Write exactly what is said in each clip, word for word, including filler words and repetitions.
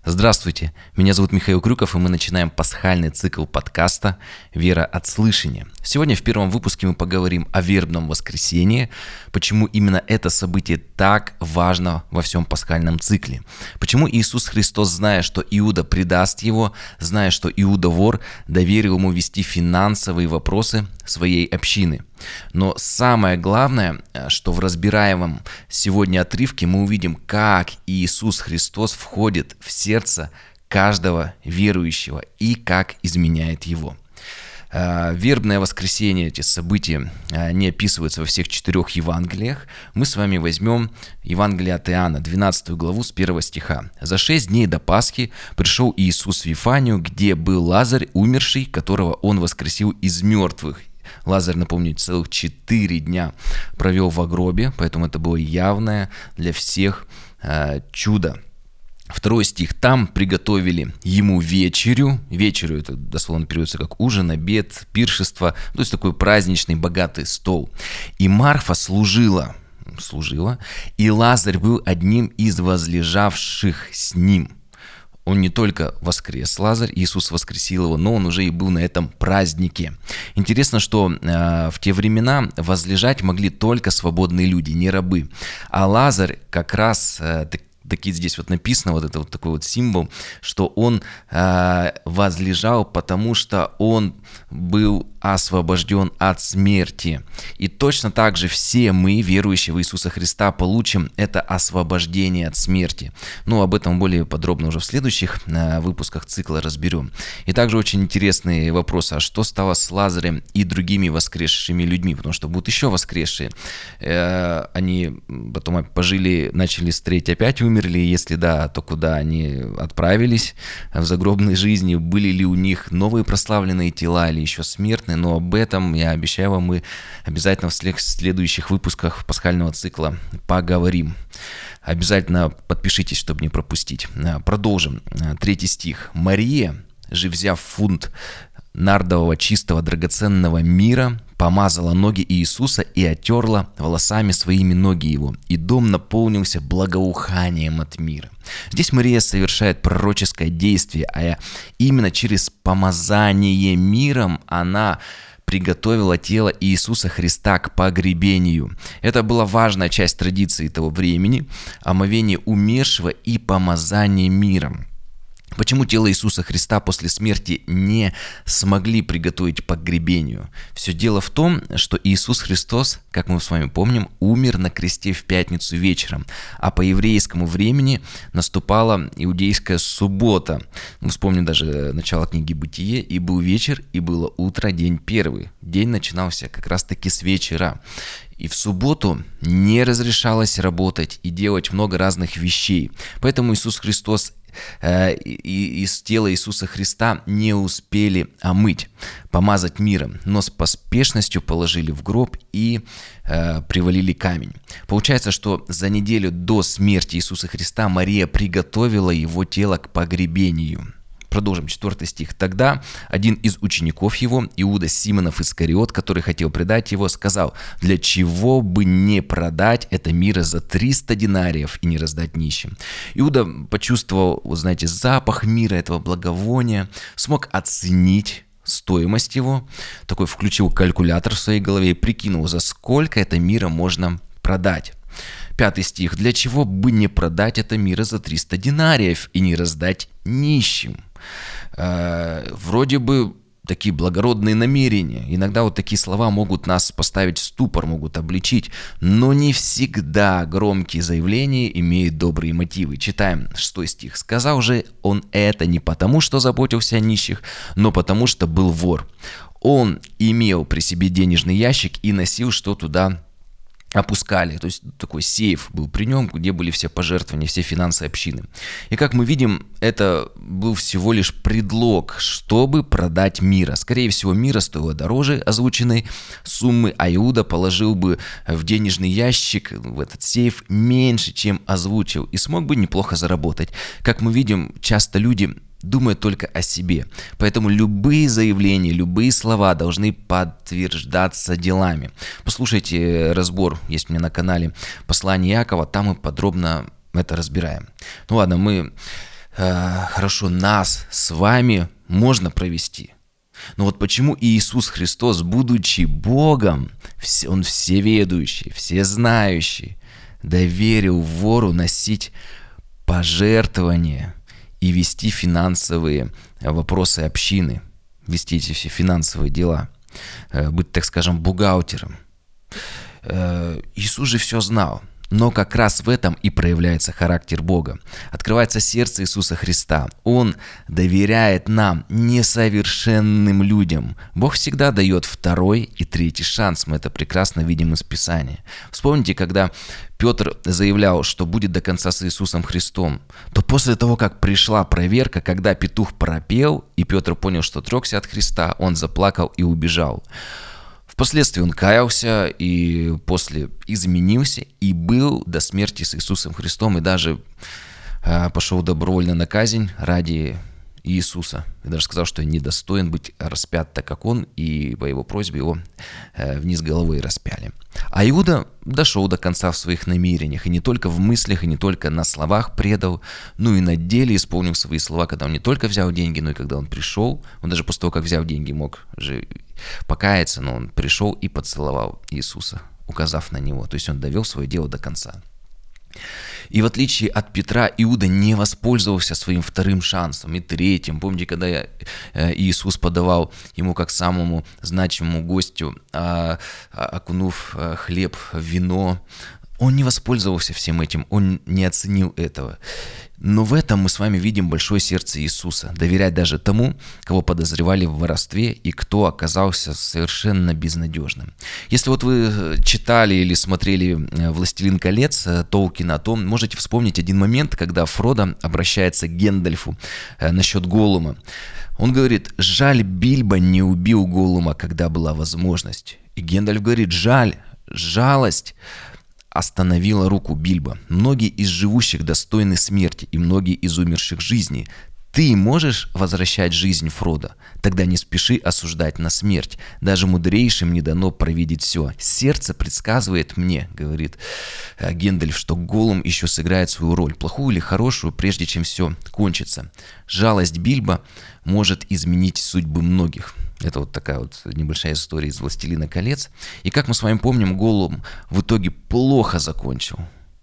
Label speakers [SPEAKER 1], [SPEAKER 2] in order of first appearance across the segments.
[SPEAKER 1] Здравствуйте, меня зовут Михаил Крюков, и мы начинаем пасхальный цикл подкаста «Вера от слышания». Сегодня в первом выпуске мы поговорим о вербном воскресении, почему именно это событие так важно во всем пасхальном цикле, почему Иисус Христос, зная, что Иуда предаст его, зная, что Иуда вор, доверил ему вести финансовые вопросы своей общины. Но самое главное, что в разбираемом сегодня отрывке мы увидим, как Иисус Христос входит в сердце каждого верующего и как изменяет его. Вербное воскресенье, эти события не описываются во всех четырех Евангелиях. Мы с вами возьмем Евангелие от Иоанна, двенадцатую главу с первого стиха. «За шесть дней до Пасхи пришел Иисус в Вифанию, где был Лазарь, умерший, которого он воскресил из мертвых». Лазарь, напомню, целых четыре дня провел в гробе, поэтому это было явное для всех э, чудо. Второй стих. «Там приготовили ему вечерю». Вечерю это дословно переводится как ужин, обед, пиршество. То есть такой праздничный, богатый стол. «И Марфа служила». Служила. «И Лазарь был одним из возлежавших с ним». Он не только воскрес, Лазарь, Иисус воскресил его, но он уже и был на этом празднике. Интересно, что э, в те времена возлежать могли только свободные люди, не рабы. А Лазарь как раз... Э, Такие здесь вот написано, вот это вот такой вот символ, что он э, возлежал, потому что он был освобожден от смерти. И точно так же все мы, верующие в Иисуса Христа, получим это освобождение от смерти. Ну, об этом более подробно уже в следующих э, выпусках цикла разберем. И также очень интересный вопрос, а что стало с Лазарем и другими воскресшими людьми? Потому что будут еще воскресшие. Э, они потом пожили, начали стареть, опять умерли. Если да, то куда они отправились в загробной жизни? Были ли у них новые прославленные тела или еще смертные? Но об этом, я обещаю вам, мы обязательно в следующих выпусках пасхального цикла поговорим. Обязательно подпишитесь, чтобы не пропустить. Продолжим. Третий стих. «Мария же, взяв фунт нардового чистого драгоценного мира, помазала ноги Иисуса и оттерла волосами своими ноги его, и дом наполнился благоуханием от мира». Здесь Мария совершает пророческое действие, а именно через помазание миром она приготовила тело Иисуса Христа к погребению. Это была важная часть традиции того времени, омовение умершего и помазание миром. Почему тело Иисуса Христа после смерти не смогли приготовить к погребению? Все дело в том, что Иисус Христос, как мы с вами помним, умер на кресте в пятницу вечером, а по еврейскому времени наступала иудейская суббота. Мы вспомним даже начало книги «Бытие», «И был вечер, и было утро, день первый». День начинался как раз-таки с вечера. И в субботу не разрешалось работать и делать много разных вещей. Поэтому Иисус Христос э, и из тела Иисуса Христа не успели омыть, помазать миром, но с поспешностью положили в гроб и э, привалили камень. Получается, что за неделю до смерти Иисуса Христа Мария приготовила его тело к погребению. Продолжим, четвертый стих. «Тогда один из учеников его, Иуда Симонов Искариот, который хотел предать его, сказал: для чего бы не продать это мира за триста динариев и не раздать нищим?» Иуда почувствовал, вот знаете, запах мира, этого благовония, смог оценить стоимость его, такой включил калькулятор в своей голове и прикинул, за сколько это мира можно продать. Пятый стих. «Для чего бы не продать это мира за триста динариев и не раздать нищим?» Э, вроде бы такие благородные намерения. Иногда вот такие слова могут нас поставить в ступор, могут обличить, но не всегда громкие заявления имеют добрые мотивы. Читаем шестой стих. «Сказал же он это не потому, что заботился о нищих, но потому, что был вор. Он имел при себе денежный ящик и носил, что туда опускали». То есть такой сейф был при нем, где были все пожертвования, все финансы общины. И как мы видим, это был всего лишь предлог, чтобы продать мира. Скорее всего, мира стоило дороже озвученной суммы, а Иуда положил бы в денежный ящик, в этот сейф, меньше, чем озвучил, и смог бы неплохо заработать. Как мы видим, часто люди думают только о себе. Поэтому любые заявления, любые слова должны подтверждаться делами. Послушайте разбор, есть у меня на канале «Послание Иакова», там мы подробно это разбираем. Ну ладно, мы э, хорошо, нас с вами можно провести. Но вот почему Иисус Христос, будучи Богом, Он всеведущий, всезнающий, доверил вору носить пожертвования и вести финансовые вопросы общины, вести эти все финансовые дела, быть, так скажем, бухгалтером. Иисус же все знал. Но как раз в этом и проявляется характер Бога. Открывается сердце Иисуса Христа. Он доверяет нам, несовершенным людям. Бог всегда дает второй и третий шанс. Мы это прекрасно видим из Писания. Вспомните, когда Петр заявлял, что будет до конца с Иисусом Христом, то после того, как пришла проверка, когда петух пропел, и Петр понял, что отрекся от Христа, он заплакал и убежал. Впоследствии он каялся и после изменился и был до смерти с Иисусом Христом и даже э, пошел добровольно на казнь ради Иисуса. И даже сказал, что недостоин быть распят, так как он, и по его просьбе его э, вниз головой распяли. А Иуда дошел до конца в своих намерениях, и не только в мыслях, и не только на словах предал, но и на деле исполнил свои слова, когда он не только взял деньги, но и когда он пришел, он даже после того, как взял деньги, мог же покаяться, но он пришел и поцеловал Иисуса, указав на него. То есть он довел свое дело до конца. И в отличие от Петра, Иуда не воспользовался своим вторым шансом и третьим. Помните, когда Иисус подавал ему как самому значимому гостю, окунув хлеб в вино, он не воспользовался всем этим, он не оценил этого. Но в этом мы с вами видим большое сердце Иисуса. Доверять даже тому, кого подозревали в воровстве и кто оказался совершенно безнадежным. Если вот вы читали или смотрели «Властелин колец» Толкина, то можете вспомнить один момент, когда Фродо обращается к Гэндальфу насчет Голлума. Он говорит: «Жаль, Бильбо не убил Голлума, когда была возможность». И Гэндальф говорит: «Жаль, жалость остановила руку Бильбо. Многие из живущих достойны смерти, и многие из умерших жизни. Ты можешь возвращать жизнь, Фродо? Тогда не спеши осуждать на смерть. Даже мудрейшим не дано провидеть все. Сердце предсказывает мне, — говорит Гэндальф, — что Голлум еще сыграет свою роль, плохую или хорошую, прежде чем все кончится. Жалость Бильбо может изменить судьбы многих». Это вот такая вот небольшая история из «Властелина колец». И как мы с вами помним, Голлум в итоге плохо закончил.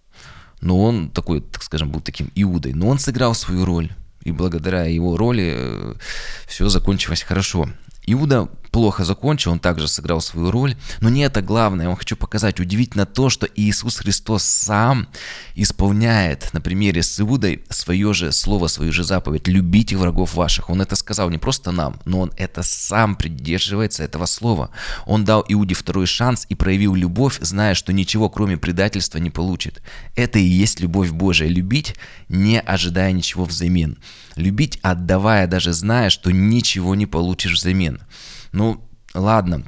[SPEAKER 1] Но он такой, так скажем, был таким Иудой. Но он сыграл свою роль. И благодаря его роли все закончилось хорошо. Иуда плохо закончил, он также сыграл свою роль, но не это главное. Я вам хочу показать удивительно то, что Иисус Христос сам исполняет на примере с Иудой свое же слово, свою же заповедь: «Любите врагов ваших». Он это сказал не просто нам, но он это сам придерживается этого слова. Он дал Иуде второй шанс и проявил любовь, зная, что ничего кроме предательства не получит. Это и есть любовь Божия — любить, не ожидая ничего взамен. Любить, отдавая, даже зная, что ничего не получишь взамен. Ну, ладно,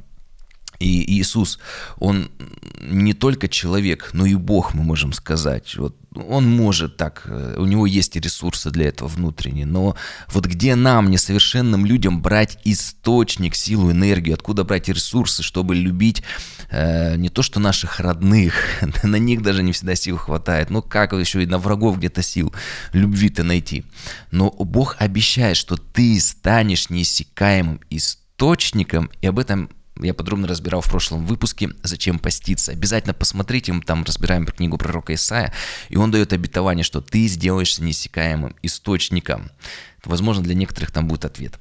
[SPEAKER 1] и Иисус, Он не только человек, но и Бог, мы можем сказать. Вот Он может так, у Него есть ресурсы для этого внутренние, но вот где нам, несовершенным людям, брать источник, силу, энергию, откуда брать ресурсы, чтобы любить э, не то что наших родных, на них даже не всегда сил хватает, но как еще и на врагов где-то сил любви-то найти. Но Бог обещает, что ты станешь неиссякаемым источником, и об этом я подробно разбирал в прошлом выпуске «Зачем поститься». Обязательно посмотрите, мы там разбираем книгу пророка Исаия, и он дает обетование, что ты сделаешься неиссякаемым источником. Возможно, для некоторых там будет ответ.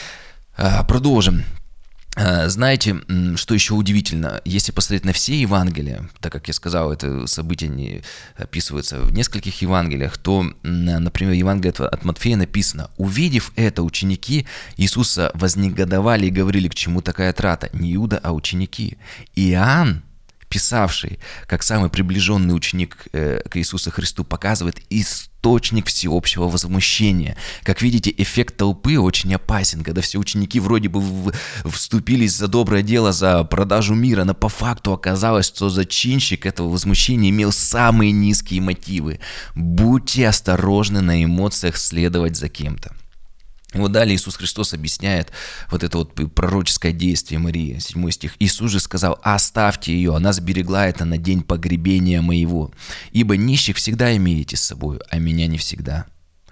[SPEAKER 1] Продолжим. Знаете, что еще удивительно? Если посмотреть на все Евангелия, так как я сказал, это событие не описывается в нескольких Евангелиях, то, например, в Евангелии от Матфея написано: «Увидев это, ученики Иисуса вознегодовали и говорили: к чему такая трата? Не Иуда, а ученики». Иоанн, писавший как самый приближенный ученик к Иисусу Христу, показывает источник всеобщего возмущения. Как видите, эффект толпы очень опасен, когда все ученики вроде бы вступились за доброе дело, за продажу мира, но по факту оказалось, что зачинщик этого возмущения имел самые низкие мотивы. Будьте осторожны на эмоциях следовать за кем-то. И вот далее Иисус Христос объясняет вот это вот пророческое действие Марии, седьмой стих. «Иисус же сказал: оставьте ее, она сберегла это на день погребения моего. Ибо нищих всегда имеете с собой, а меня не всегда».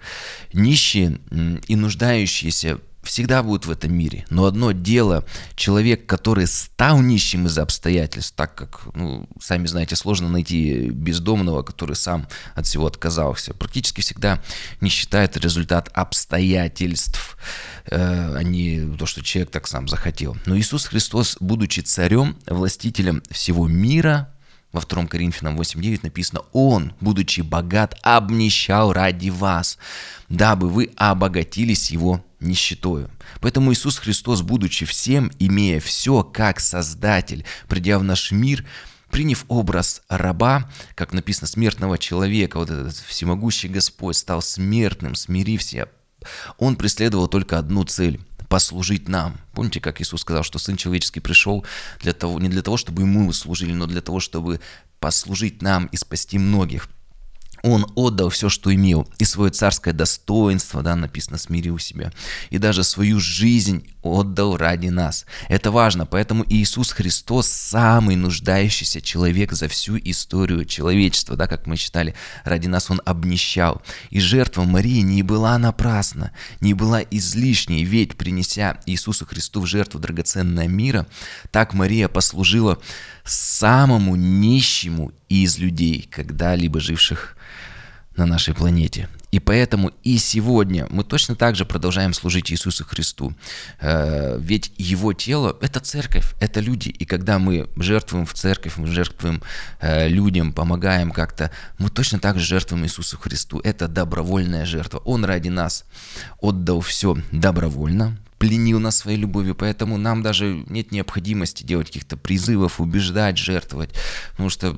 [SPEAKER 1] Нищие и нуждающиеся всегда будут в этом мире. Но одно дело, человек, который стал нищим из-за обстоятельств, так как, ну, сами знаете, сложно найти бездомного, который сам от всего отказался. Практически всегда нищета – это результат обстоятельств, э, а не то, что человек так сам захотел. Но Иисус Христос, будучи царем, властителем всего мира, во втором Коринфянам восемь девять написано: «Он, будучи богат, обнищал ради вас, дабы вы обогатились его нищетою». Поэтому Иисус Христос, будучи всем, имея все как Создатель, придя в наш мир, приняв образ раба, как написано, смертного человека, вот этот всемогущий Господь стал смертным, смирив себя, Он преследовал только одну цель – послужить нам. Помните, как Иисус сказал, что Сын Человеческий пришел для того, не для того, чтобы Ему служили, но для того, чтобы послужить нам и спасти многих. Он отдал все, что имел, и свое царское достоинство, да, написано, смирил себя, и даже свою жизнь отдал ради нас. Это важно, поэтому Иисус Христос самый нуждающийся человек за всю историю человечества, да, как мы читали, ради нас Он обнищал. И жертва Марии не была напрасна, не была излишней, ведь, принеся Иисусу Христу в жертву драгоценное мира, так Мария послужила самому нищему из людей, когда-либо живших на нашей планете. И поэтому и сегодня мы точно так же продолжаем служить Иисусу Христу. Ведь Его тело – это церковь, это люди. И когда мы жертвуем в церковь, мы жертвуем людям, помогаем как-то, мы точно так же жертвуем Иисусу Христу. Это добровольная жертва. Он ради нас отдал все добровольно, пленил нас своей любовью, поэтому нам даже нет необходимости делать каких-то призывов, убеждать, жертвовать, потому что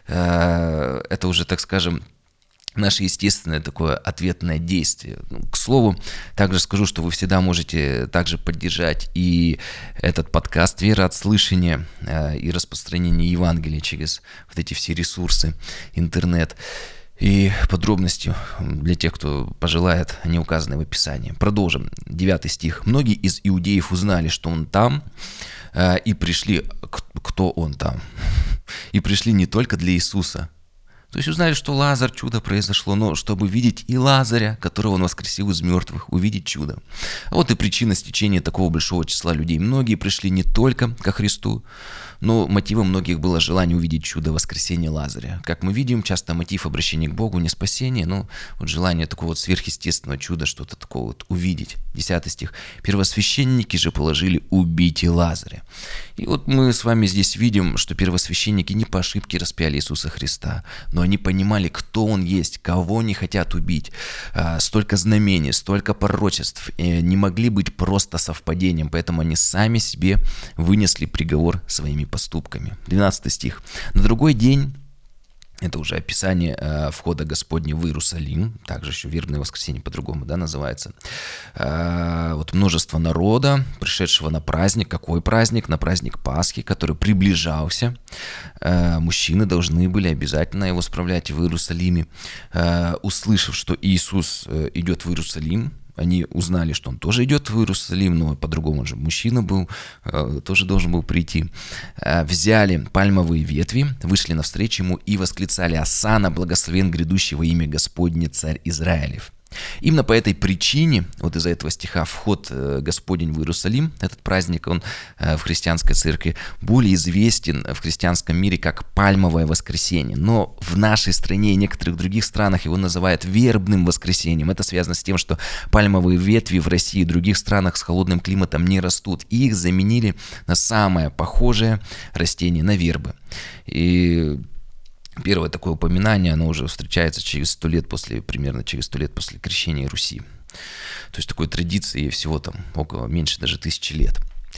[SPEAKER 1] э, это уже, так скажем, наше естественное такое ответное действие. Ну, к слову, также скажу, что вы всегда можете также поддержать и этот подкаст «Вера от слышания» э, и распространение Евангелия через вот эти все ресурсы, интернет. И подробности для тех, кто пожелает, они указаны в описании. Продолжим. Девятый стих. «Многие из иудеев узнали, что он там, э, и пришли...» Кто он там? «И пришли не только для Иисуса». То есть узнали, что Лазарь, чудо произошло, но чтобы видеть и Лазаря, которого он воскресил из мертвых, увидеть чудо. А вот и причина стечения такого большого числа людей. Многие пришли не только ко Христу, но мотивом многих было желание увидеть чудо воскресения Лазаря. Как мы видим, часто мотив обращения к Богу не спасение, но вот желание такого вот сверхъестественного чуда, что-то такого вот увидеть. Десятый стих. «Первосвященники же положили убить и Лазаря». И вот мы с вами здесь видим, что первосвященники не по ошибке распяли Иисуса Христа, но они понимали, кто Он есть, кого они хотят убить. Столько знамений, столько пророчеств не могли быть просто совпадением, поэтому они сами себе вынесли приговор своими поступками. двенадцатый стих. «На другой день», это уже описание э, входа Господня в Иерусалим, также еще вербное воскресенье по-другому, да, называется. Э, вот множество народа, пришедшего на праздник. Какой праздник? На праздник Пасхи, который приближался. Э, мужчины должны были обязательно его справлять в Иерусалиме. Э, услышав, что Иисус э, идет в Иерусалим, они узнали, что он тоже идет в Иерусалим, но по-другому он же мужчина был, тоже должен был прийти. Взяли пальмовые ветви, вышли навстречу ему и восклицали: «Осанна, благословен грядущий во имя Господне, царь Израилев». Именно по этой причине, вот из-за этого стиха, вход Господень в Иерусалим, этот праздник, он в христианской церкви более известен в христианском мире как Пальмовое воскресенье. Но в нашей стране и некоторых других странах его называют вербным воскресеньем. Это связано с тем, что пальмовые ветви в России и других странах с холодным климатом не растут. И их заменили на самое похожее растение, на вербы. И первое такое упоминание, оно уже встречается через сто лет после, примерно через сто лет после крещения Руси. То есть такой традиции всего там около, меньше даже тысячи лет.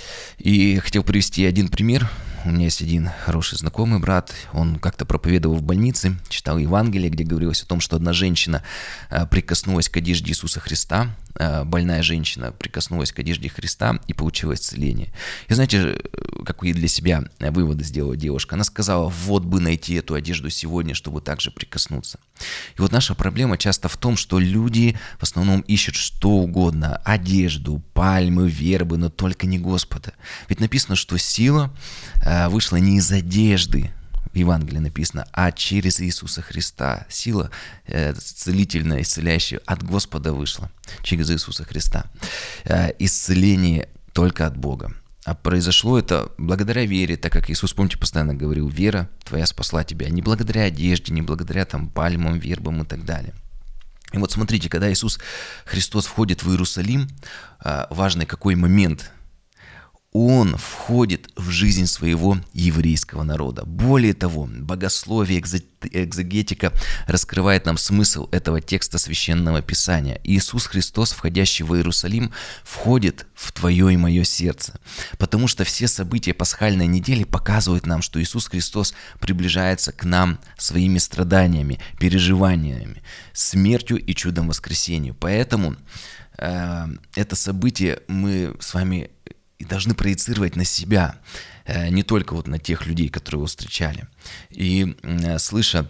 [SPEAKER 1] И хотел привести один пример. У меня есть один хороший знакомый брат, он как-то проповедовал в больнице, читал Евангелие, где говорилось о том, что одна женщина прикоснулась к одежде Иисуса Христа, больная женщина прикоснулась к одежде Христа и получила исцеление. И знаете, какие для себя выводы сделала девушка? Она сказала: вот бы найти эту одежду сегодня, чтобы также прикоснуться. И вот наша проблема часто в том, что люди в основном ищут что угодно: одежду, пальмы, вербы, но только не Господа. Ведь написано, что сила вышла не из одежды, в Евангелии написано, а через Иисуса Христа. Сила э, целительная, исцеляющая от Господа вышла через Иисуса Христа. Э, исцеление только от Бога. А произошло это благодаря вере, так как Иисус, помните, постоянно говорил, вера твоя спасла тебя. Не благодаря одежде, не благодаря там пальмам, вербам и так далее. И вот смотрите, когда Иисус Христос входит в Иерусалим, э, важный какой момент – Он входит в жизнь своего еврейского народа. Более того, богословие, экзегетика раскрывает нам смысл этого текста Священного Писания. Иисус Христос, входящий в Иерусалим, входит в твое и мое сердце. Потому что все события пасхальной недели показывают нам, что Иисус Христос приближается к нам своими страданиями, переживаниями, смертью и чудом воскресения. Поэтому э, это событие мы с вами и должны проецировать на себя, не только вот на тех людей, которые его встречали. И слыша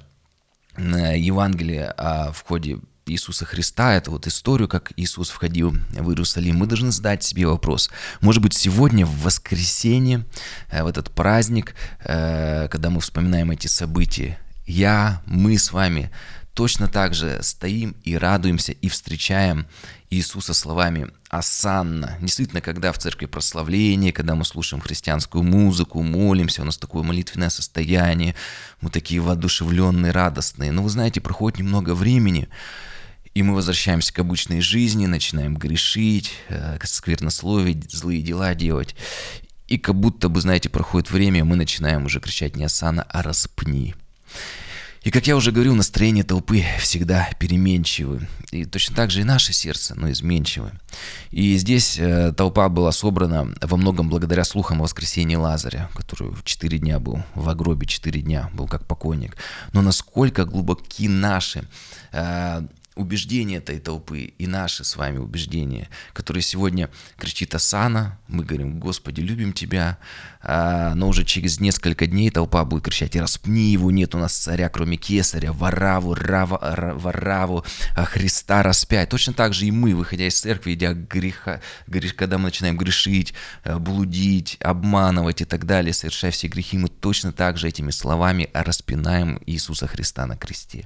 [SPEAKER 1] Евангелие о входе Иисуса Христа, это вот историю, как Иисус входил в Иерусалим, мы должны задать себе вопрос. Может быть, сегодня, в воскресенье, в этот праздник, когда мы вспоминаем эти события, я, мы с вами точно так же стоим и радуемся, и встречаем Иисуса словами «Осанна». Действительно, когда в церкви прославление, когда мы слушаем христианскую музыку, молимся, у нас такое молитвенное состояние, мы такие воодушевленные, радостные. Но вы знаете, проходит немного времени, и мы возвращаемся к обычной жизни, начинаем грешить, сквернословить, злые дела делать. И как будто бы, знаете, проходит время, мы начинаем уже кричать не «Осанна», а «Распни». И, как я уже говорил, настроение толпы всегда переменчивы. И точно так же и наше сердце, но изменчивы. И здесь э, толпа была собрана во многом благодаря слухам о воскресении Лазаря, который четыре дня был в гробе, четыре дня был как покойник. Но насколько глубоки наши э, убеждения этой толпы и наши с вами убеждения, которые сегодня кричит «Осанна», мы говорим «Господи, любим Тебя», но уже через несколько дней толпа будет кричать «И распни его, нет у нас царя, кроме Кесаря, Вараву, Рава, Вараву, Христа распять». Точно так же и мы, выходя из церкви, идя к греха, когда мы начинаем грешить, блудить, обманывать и так далее, совершая все грехи, мы точно так же этими словами распинаем Иисуса Христа на кресте.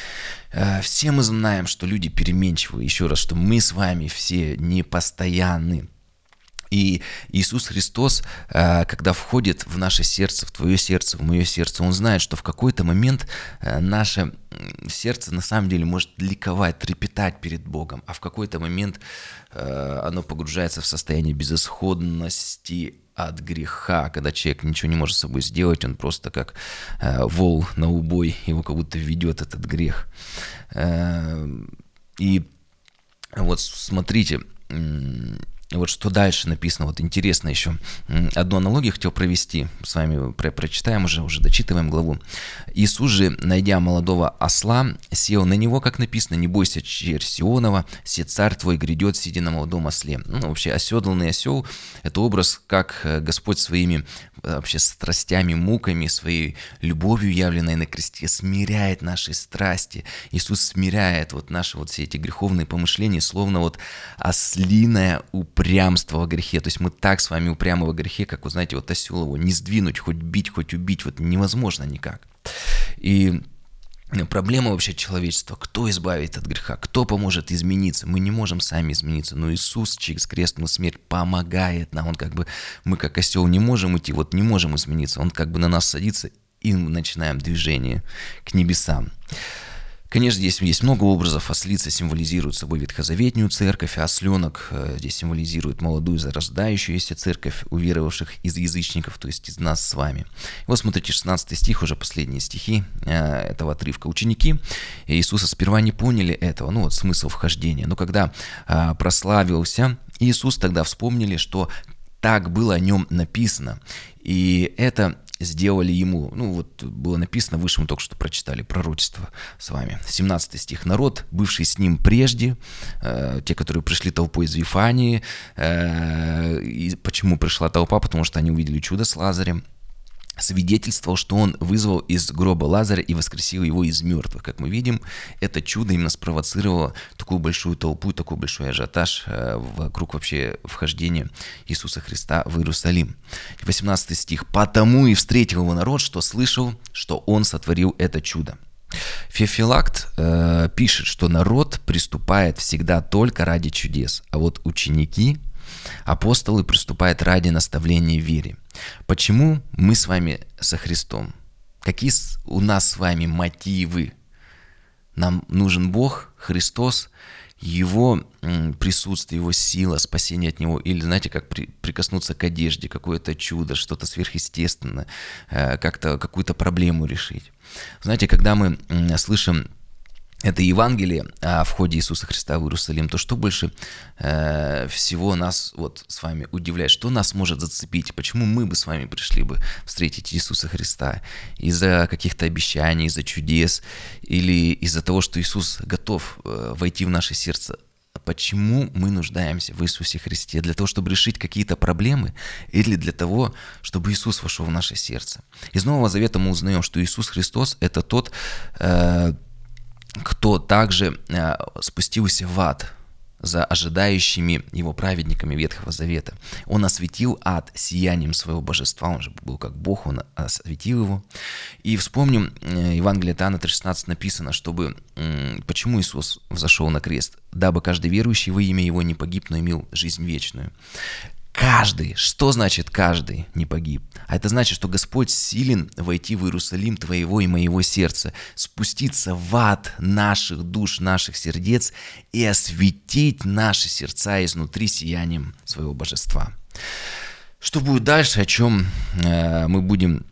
[SPEAKER 1] Все мы знаем, что люди переменчивы, еще раз, что мы с вами все непостоянны. И Иисус Христос, когда входит в наше сердце, в твое сердце, в мое сердце, Он знает, что в какой-то момент наше сердце на самом деле может ликовать, трепетать перед Богом, а в какой-то момент оно погружается в состояние безысходности от греха, когда человек ничего не может с собой сделать, он просто как вол на убой, его как будто ведет этот грех. И вот смотрите, вот что дальше написано, вот интересно еще. Одну аналогию хотел провести, с вами про- прочитаем уже, уже дочитываем главу. Иисус же, найдя молодого осла, сел на него, как написано, «Не бойся, черь Сионова, се царь твой грядет, сидя на молодом осле». Ну, вообще, оседланный осел – это образ, как Господь своими вообще страстями, муками, своей любовью, явленной на кресте, смиряет наши страсти. Иисус смиряет вот наши вот все эти греховные помышления, словно вот ослиная упрямство. Упрямство во грехе. То есть мы так с вами упрямы во грехе, как, вы знаете, вот осел его не сдвинуть, хоть бить, хоть убить, вот невозможно никак. И проблема вообще человечества. Кто избавит от греха? Кто поможет измениться? Мы не можем сами измениться, но Иисус через крестную смерть помогает нам. Он как бы, мы как осел не можем идти, вот не можем измениться. Он как бы на нас садится, и мы начинаем движение к небесам. Конечно, здесь есть много образов. Ослица символизирует собой ветхозаветную церковь, а осленок здесь символизирует молодую зарождающуюся церковь уверовавших из язычников, то есть из нас с вами. И вот смотрите, шестнадцатый стих, уже последние стихи этого отрывка. Ученики Иисуса сперва не поняли этого, ну вот смысл вхождения, но когда прославился Иисус, тогда вспомнили, что так было о нем написано, и это сделали ему, ну вот было написано, выше мы только что прочитали пророчество с вами. семнадцатый стих. Народ, бывший с ним прежде, э, те, которые пришли толпой из Вифании, э, и почему пришла толпа? Потому что они увидели чудо с Лазарем. свидетельствовал, что он вызвал из гроба Лазаря и воскресил его из мертвых. Как мы видим, это чудо именно спровоцировало такую большую толпу, такой большой ажиотаж вокруг вообще вхождения Иисуса Христа в Иерусалим. восемнадцатый стих. «Потому и встретил его народ, что слышал, что он сотворил это чудо». Феофилакт э, пишет, что народ приступает всегда только ради чудес, а вот ученики, апостолы приступают ради наставления в вере. Почему мы с вами со Христом? Какие у нас с вами мотивы? Нам нужен Бог, Христос, Его присутствие, Его сила, спасение от Него. Или, знаете, как при, прикоснуться к одежде, какое-то чудо, что-то сверхъестественное, как-то какую-то проблему решить. Знаете, когда мы слышим это Евангелие о входе Иисуса Христа в Иерусалим, то что больше э, всего нас вот с вами удивляет, что нас может зацепить, почему мы бы с вами пришли бы встретить Иисуса Христа? Из-за каких-то обещаний, из-за чудес или из-за того, что Иисус готов э, войти в наше сердце? Почему мы нуждаемся в Иисусе Христе? Для того, чтобы решить какие-то проблемы или для того, чтобы Иисус вошел в наше сердце? Из Нового Завета мы узнаем, что Иисус Христос – это тот, э, кто также э, спустился в ад за ожидающими его праведниками Ветхого Завета. Он осветил ад сиянием своего божества, он же был как Бог, он осветил его. И вспомним, э, Евангелие от Иоанна три шестнадцать написано, чтобы, э, почему Иисус взошел на крест, дабы каждый верующий во имя Его не погиб, но имел жизнь вечную. Каждый. Что значит каждый не погиб? А это значит, что Господь силен войти в Иерусалим твоего и моего сердца, спуститься в ад наших душ, наших сердец и осветить наши сердца изнутри сиянием своего божества. Что будет дальше, о чем э, мы будем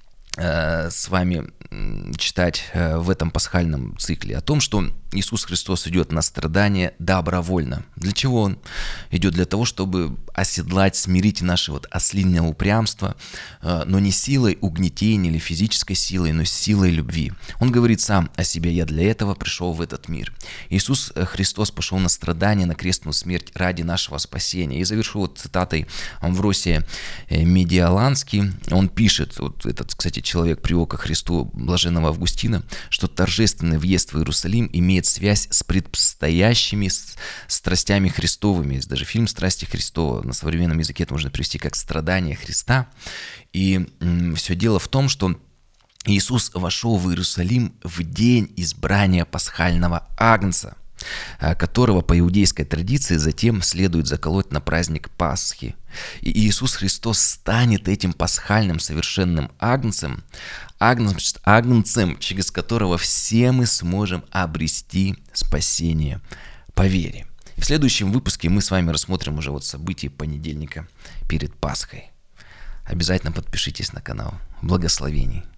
[SPEAKER 1] э, с вами читать э, в этом пасхальном цикле? О том, что Иисус Христос идет на страдания добровольно. Для чего Он идет? Для того, чтобы оседлать, смирить наше вот ослиное упрямство, но не силой угнетения или физической силой, но силой любви. Он говорит сам о себе: «Я для этого пришел в этот мир». Иисус Христос пошел на страдания, на крестную смерть ради нашего спасения. И завершу вот цитатой Амвросия Медиаланский. Он пишет, вот этот, кстати, человек привел ко Христу блаженного Августина, что торжественный въезд в Иерусалим имеет связь с предстоящими страстями Христовыми. Есть даже фильм «Страсти Христова». На современном языке это можно привести как «Страдания Христа». И м, все дело в том, что Иисус вошел в Иерусалим в день избрания пасхального агнца, которого по иудейской традиции затем следует заколоть на праздник Пасхи. И Иисус Христос станет этим пасхальным совершенным агнцем, агнцем, агнцем, через которого все мы сможем обрести спасение по вере. В следующем выпуске мы с вами рассмотрим уже вот события понедельника перед Пасхой. Обязательно подпишитесь на канал. Благословений!